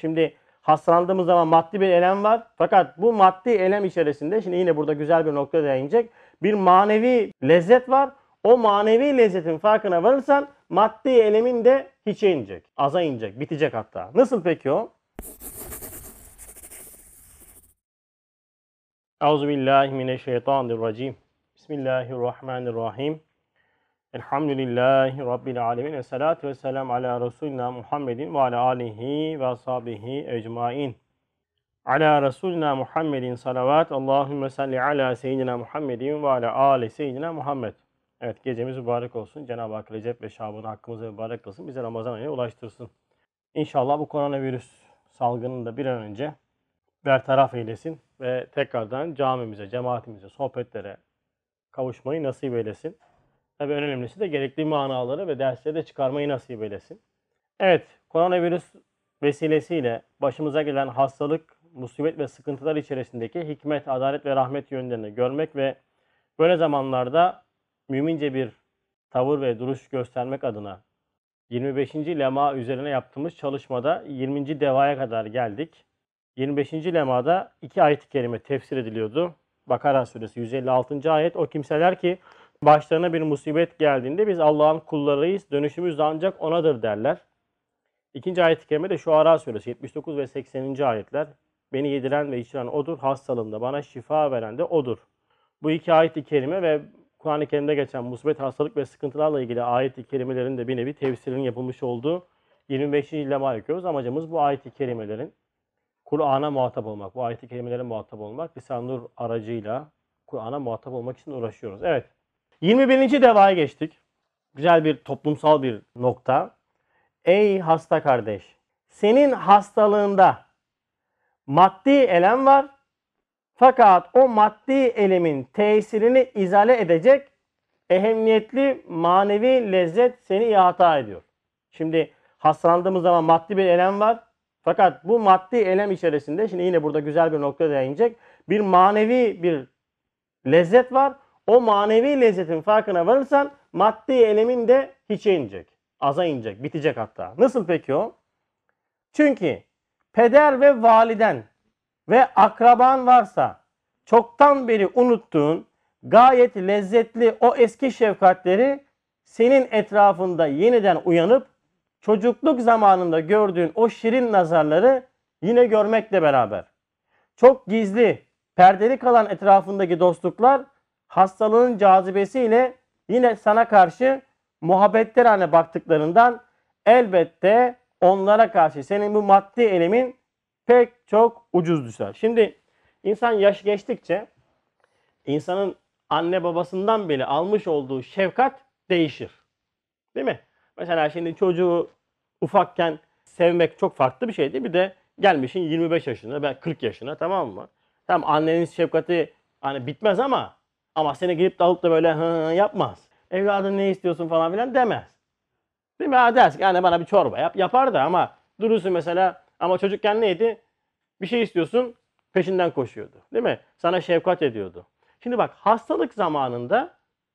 Şimdi hastalandığımız zaman maddi bir elem var. Fakat bu maddi elem içerisinde, şimdi yine burada güzel bir noktaya değinecek, bir manevi lezzet var. O manevi lezzetin farkına varırsan maddi elemin de hiçe inecek, aza inecek, bitecek hatta. Nasıl peki o? Euzubillahimineşşeytanirracim. Bismillahirrahmanirrahim. Elhamdülillahi Rabbil alemin. Esselatu vesselam ala Resulina Muhammedin ve ala alihi ve ashabihi ecmain. Ala Resulina Muhammedin salavat. Allahümme salli ala seyyidina Muhammedin ve ala ali seyyidina Muhammed. Evet, gecemiz mübarek olsun. Cenab-ı Hak Recep ve Şaban'ı hakkımıza mübarek kılsın. Bize Ramazan ayına ulaştırsın. İnşallah bu koronavirüs salgınını da bir an önce bertaraf eylesin ve tekrardan camimize, cemaatimize, sohbetlere kavuşmayı nasip eylesin. Tabii en önemlisi de gerekli manaları ve dersleri de çıkarmayı nasip eylesin. Evet, koronavirüs vesilesiyle başımıza gelen hastalık, musibet ve sıkıntılar içerisindeki hikmet, adalet ve rahmet yönlerini görmek ve böyle zamanlarda mümince bir tavır ve duruş göstermek adına 25. lema üzerine yaptığımız çalışmada 20. devaya kadar geldik. 25. lemada 2 ayet-i kerime tefsir ediliyordu. Bakara suresi 156. ayet. O kimseler ki başlarına bir musibet geldiğinde biz Allah'ın kullarıyız, dönüşümüz ancak O'nadır derler. 2. ayet-i kerime de Şuara suresi 79 ve 80. ayetler. Beni yediren ve içiren O'dur, hastalığımda bana şifa veren de O'dur. Bu 2 ayet-i kerime ve Kur'an-ı Kerim'de geçen musibet, hastalık ve sıkıntılarla ilgili ayet-i kerimelerin de bir nevi tefsirinin yapılmış olduğu 25. lema okuyoruz. Amacımız bu ayet-i kerimelerin Kur'an'a muhatap olmak, bu ayet-i kerimelerin muhatap olmak. Lisan-ı Nur aracıyla Kur'an'a muhatap olmak için uğraşıyoruz. Evet. 21. devaya geçtik. Güzel bir toplumsal bir nokta. Ey hasta kardeş, senin hastalığında maddi elem var. Fakat o maddi elemin tesirini izale edecek ehemmiyetli manevi lezzet seni ihata ediyor. Şimdi hastalandığımız zaman maddi bir elem var. Fakat bu maddi elem içerisinde, şimdi yine burada güzel bir noktaya değinecek, bir manevi bir lezzet var. O manevi lezzetin farkına varırsan maddi elemin de hiçe inecek, aza inecek, bitecek hatta. Nasıl peki o? Çünkü peder ve validen ve akraban varsa çoktan beri unuttuğun gayet lezzetli o eski şefkatleri senin etrafında yeniden uyanıp çocukluk zamanında gördüğün o şirin nazarları yine görmekle beraber çok gizli, perdeli kalan etrafındaki dostluklar hastalığın cazibesiyle yine sana karşı muhabbetlerine baktıklarından elbette onlara karşı senin bu maddi elemin pek çok ucuz düşer. Şimdi insan yaş geçtikçe insanın anne babasından bile almış olduğu şefkat değişir. Değil mi? Mesela şimdi çocuğu ufakken sevmek çok farklı bir şeydi. Bir de gelmişin 25 yaşına, ben 40 yaşına, tamam mı? Tamam, annenin şefkati hani bitmez ama seni gidip de alıp da böyle yapmaz. Evladım ne istiyorsun falan filan demez. Değil mi? Ha, dersin ki anne bana bir çorba yap. Yapar da ama durursun mesela, ama çocukken neydi? Bir şey istiyorsun, peşinden koşuyordu. Değil mi? Sana şefkat ediyordu. Şimdi bak, hastalık zamanında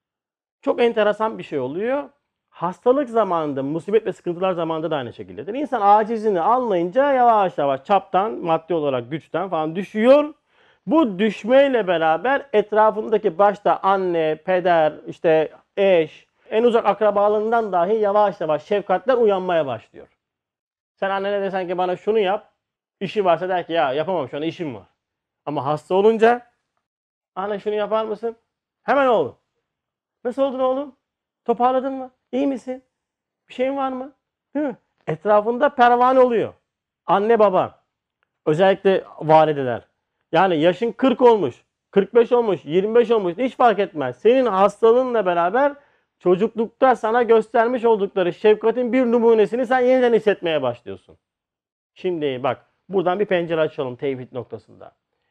çok enteresan bir şey oluyor. Hastalık zamanında, musibet ve sıkıntılar zamanında da aynı şekildedir. İnsan acizini anlayınca yavaş yavaş çaptan, maddi olarak güçten falan düşüyor. Bu düşmeyle beraber etrafındaki başta anne, peder, işte eş, en uzak akrabalığından dahi yavaş yavaş şefkatler uyanmaya başlıyor. Sen annene desen ki bana şunu yap, işi varsa der ki ya yapamam, şu an işim var. Ama hasta olunca anne şunu yapar mısın? Hemen oğlum. Nasıl oldun oğlum? Toparladın mı? İyi misin? Bir şeyin var mı? Hı. Etrafında pervane oluyor. Anne baba, özellikle valideler. Yani yaşın 40 olmuş, 45 olmuş, 25 olmuş, hiç fark etmez. Senin hastalığınla beraber çocuklukta sana göstermiş oldukları şefkatin bir numunesini sen yeniden hissetmeye başlıyorsun. Şimdi bak, buradan bir pencere açalım tevhid noktasında.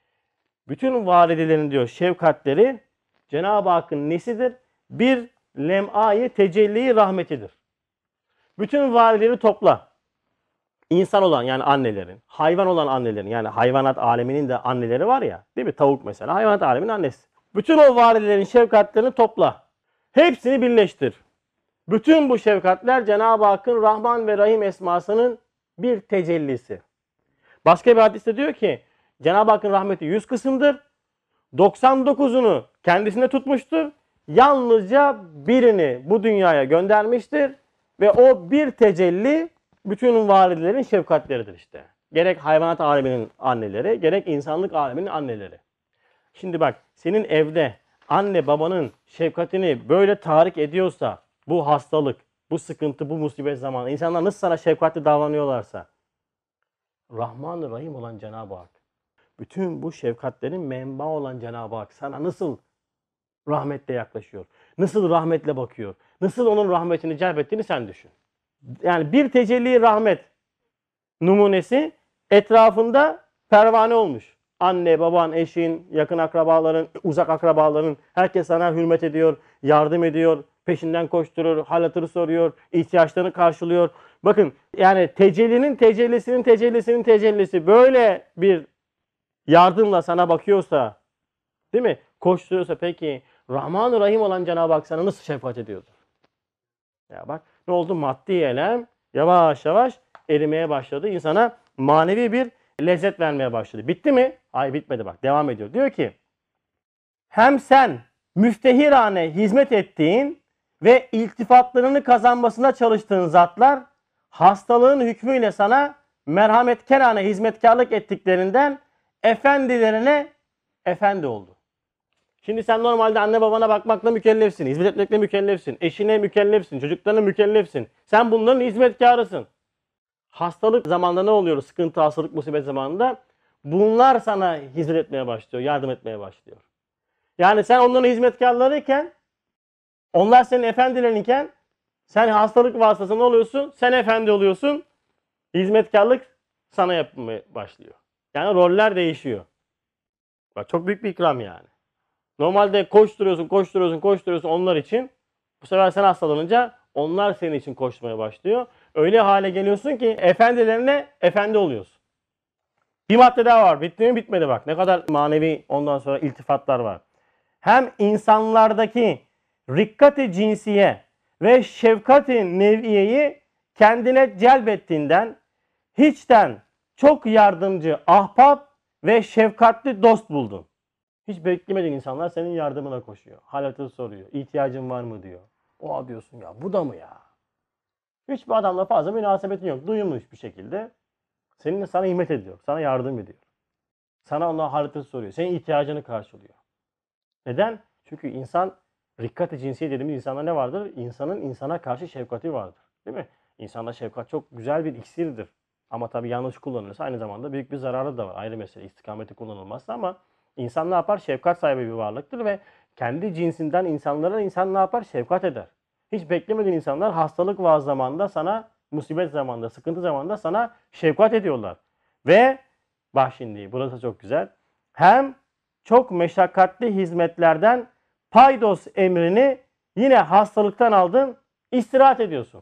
Bütün validelerin diyor şefkatleri Cenab-ı Hakk'ın nesidir? Bir lem'ayı tecelli rahmetidir. Bütün valideleri topla. İnsan olan yani annelerin, hayvan olan annelerin, yani hayvanat aleminin de anneleri var ya, değil mi? Tavuk mesela hayvanat aleminin annesi. Bütün o validelerin şefkatlerini topla. Hepsini birleştir. Bütün bu şefkatler Cenab-ı Hakk'ın Rahman ve Rahim esmasının bir tecellisi. Başka bir hadiste diyor ki Cenab-ı Hakk'ın rahmeti 100 kısımdır. 99'unu kendisine tutmuştur. Yalnızca birini bu dünyaya göndermiştir. Ve o bir tecelli bütün varilerin şefkatleridir işte. Gerek hayvanat aleminin anneleri, gerek insanlık aleminin anneleri. Şimdi bak, senin evde anne babanın şefkatini böyle tahrik ediyorsa bu hastalık, bu sıkıntı, bu musibet zamanı insanlar nasıl sana şefkatli davranıyorlarsa Rahman-ı Rahim olan Cenab-ı Hak, bütün bu şefkatlerin menba olan Cenab-ı Hak sana nasıl rahmetle yaklaşıyor? Nasıl rahmetle bakıyor? Nasıl onun rahmetini celbettiğini sen düşün. Yani bir tecelli rahmet numunesi etrafında pervane olmuş. Anne, baban, eşin, yakın akrabaların, uzak akrabaların herkes sana hürmet ediyor, yardım ediyor, peşinden koşturur, hal hatırı soruyor, ihtiyaçlarını karşılıyor. Bakın yani tecellinin tecellisinin tecellisinin tecellisi böyle bir yardımla sana bakıyorsa, değil mi? Koşturuyorsa peki Rahman-ı Rahim olan Cenab-ı Hak sana nasıl şefkat ediyordur? Ya bak ne oldu? Maddi elem yavaş yavaş erimeye başladı. İnsana manevi bir lezzet vermeye başladı. Bitti mi? Hayır bitmedi bak. Devam ediyor. Diyor ki hem sen müftehirane hizmet ettiğin ve iltifatlarını kazanmasına çalıştığın zatlar hastalığın hükmüyle sana merhametkarane hizmetkarlık ettiklerinden efendilerine efendi oldu. Şimdi sen normalde anne babana bakmakla mükellefsin, hizmet etmekle mükellefsin, eşine mükellefsin, çocuklarına mükellefsin. Sen bunların hizmetkarısın. Hastalık zamanında ne oluyor? Sıkıntı, hastalık, musibet zamanında bunlar sana hizmet etmeye başlıyor, yardım etmeye başlıyor. Yani sen onların hizmetkarlarıyken, onlar senin efendilerinken, sen hastalık vasıtasında oluyorsun, sen efendi oluyorsun, hizmetkarlık sana yapmaya başlıyor. Yani roller değişiyor. Bak çok büyük bir ikram yani. Normalde koşturuyorsun onlar için. Bu sefer sen hastalanınca onlar senin için koşmaya başlıyor. Öyle hale geliyorsun ki efendilerine efendi oluyorsun. Bir madde daha var. Bitti mi? Bitmedi bak. Ne kadar manevi ondan sonra iltifatlar var. Hem insanlardaki rikkat-i cinsiye ve şefkat-i nev'iyeyi kendine celbettiğinden hiçten çok yardımcı ahbap ve şefkatli dost buldun. Hiç beklemediğin insanlar senin yardımına koşuyor. Halatı soruyor. İhtiyacın var mı diyor. O diyorsun ya bu da mı ya? Hiçbir adamla fazla münasebetin yok. Duymuş bir şekilde. Sana hizmet ediyor. Sana yardım ediyor. Sana ondan halatı soruyor. Senin ihtiyacını karşılıyor. Neden? Çünkü insan rikkat-i cinsiye dediğimiz insanda ne vardır? İnsanın insana karşı şefkati vardır. Değil mi? İnsanda şefkat çok güzel bir iksirdir. Ama tabii yanlış kullanılırsa aynı zamanda büyük bir zararı da var. Ayrı mesele istikameti kullanılmazsa ama İnsan ne yapar? Şefkat sahibi bir varlıktır ve kendi cinsinden insanlara insan ne yapar? Şefkat eder. Hiç beklemediğin insanlar hastalık vaaz zamanında sana, musibet zamanında, sıkıntı zamanında sana şefkat ediyorlar. Ve bak şimdi burası çok güzel. Hem çok meşakkatli hizmetlerden paydos emrini yine hastalıktan aldın, istirahat ediyorsun.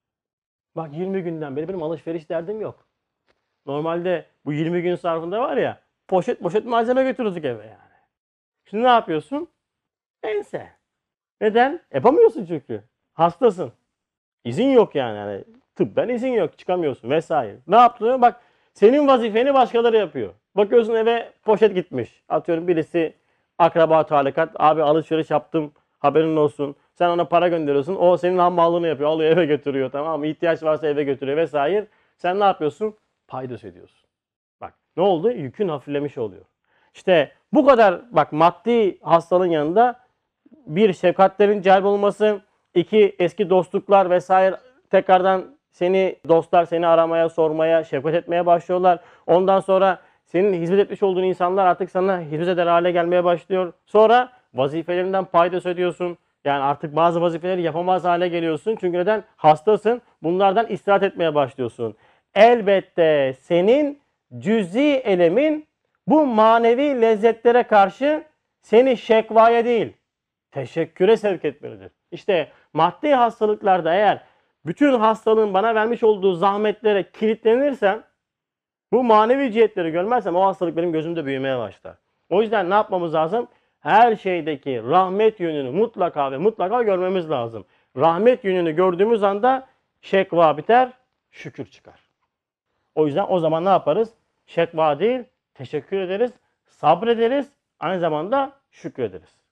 Bak 20 günden beri benim alışveriş derdim yok. Normalde bu 20 gün sarfında var ya, poşet poşet malzeme götürürdük eve yani. Şimdi ne yapıyorsun? Ense. Neden? Yapamıyorsun çünkü. Hastasın. İzin yok yani. Tıbben izin yok. Çıkamıyorsun vesaire. Ne yaptın? Bak senin vazifeni başkaları yapıyor. Bakıyorsun eve poşet gitmiş. Atıyorum birisi akraba talikat. Abi alışveriş yaptım. Haberin olsun. Sen ona para gönderiyorsun. O senin hammallığını yapıyor. Alıyor eve götürüyor. Tamam mı? İhtiyaç varsa eve götürüyor vesaire. Sen ne yapıyorsun? Paydos ediyorsun. Bak ne oldu? Yükün hafiflemiş oluyor. İşte bu kadar bak maddi hastalığın yanında bir şefkatlerin celp olması, iki eski dostluklar vesaire tekrardan dostlar seni aramaya, sormaya, şefkat etmeye başlıyorlar. Ondan sonra senin hizmet etmiş olduğun insanlar artık sana hizmet eder hale gelmeye başlıyor. Sonra vazifelerinden paydos ödüyorsun. Yani artık bazı vazifeleri yapamaz hale geliyorsun. Çünkü neden? Hastasın. Bunlardan istirahat etmeye başlıyorsun. Elbette senin cüz'i elemin bu manevi lezzetlere karşı seni şekvaya değil, teşekküre sevk etmelidir. İşte maddi hastalıklarda eğer bütün hastalığın bana vermiş olduğu zahmetlere kilitlenirsem, bu manevi cihetleri görmezsem o hastalık benim gözümde büyümeye başlar. O yüzden ne yapmamız lazım? Her şeydeki rahmet yönünü mutlaka ve mutlaka görmemiz lazım. Rahmet yönünü gördüğümüz anda şekva biter, şükür çıkar. O yüzden o zaman ne yaparız? Şekva değil, teşekkür ederiz, sabrederiz, aynı zamanda şükrederiz.